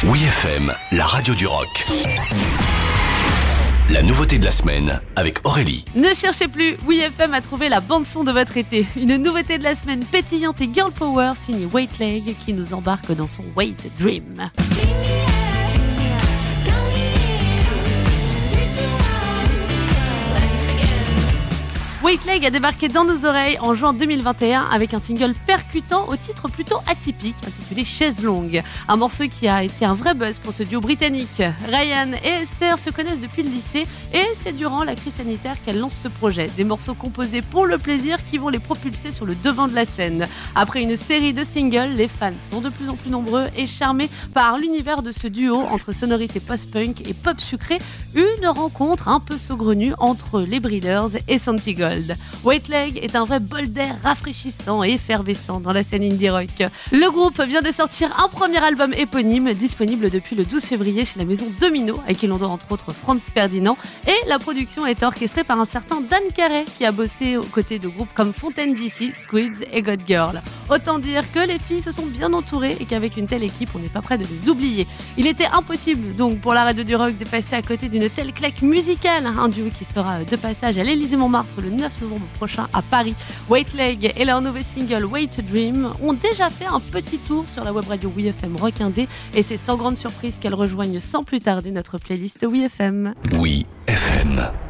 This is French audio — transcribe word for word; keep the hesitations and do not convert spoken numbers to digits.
Oui F M, la radio du rock. La nouveauté de la semaine avec Aurélie. Ne cherchez plus, Oui F M a trouvé la bande-son de votre été. Une nouveauté de la semaine pétillante et girl power signée White Leg qui nous embarque dans son White Dream. White Leg a débarqué dans nos oreilles en juin deux mille vingt et un avec un single percutant au titre plutôt atypique intitulé Chaise longue. Un morceau qui a été un vrai buzz pour ce duo britannique. Ryan et Esther se connaissent depuis le lycée et c'est durant la crise sanitaire qu'elles lancent ce projet. Des morceaux composés pour le plaisir qui vont les propulser sur le devant de la scène. Après une série de singles, les fans sont de plus en plus nombreux et charmés par l'univers de ce duo entre sonorité post-punk et pop sucré. Une rencontre un peu saugrenue entre les Breeders et Santigold. White Leg est un vrai bol d'air rafraîchissant et effervescent dans la scène indie rock. Le groupe vient de sortir un premier album éponyme disponible depuis le douze février chez la maison Domino, à qui l'on doit entre autres Franz Ferdinand, et la production est orchestrée par un certain Dan Carey qui a bossé aux côtés de groupes comme Fontaine D C, Squids et God Girl. Autant dire que les filles se sont bien entourées et qu'avec une telle équipe on n'est pas près de les oublier. Il était impossible donc pour la radio du rock de passer à côté d'une telle claque musicale, un duo qui sera de passage à l'Élysée-Montmartre le neuf novembre prochain à Paris. White Leg et leur nouveau single White Dream ont déjà fait un petit tour sur la web radio Oui F M Rock Indé et c'est sans grande surprise qu'elles rejoignent sans plus tarder notre playlist Oui F M. Oui F M.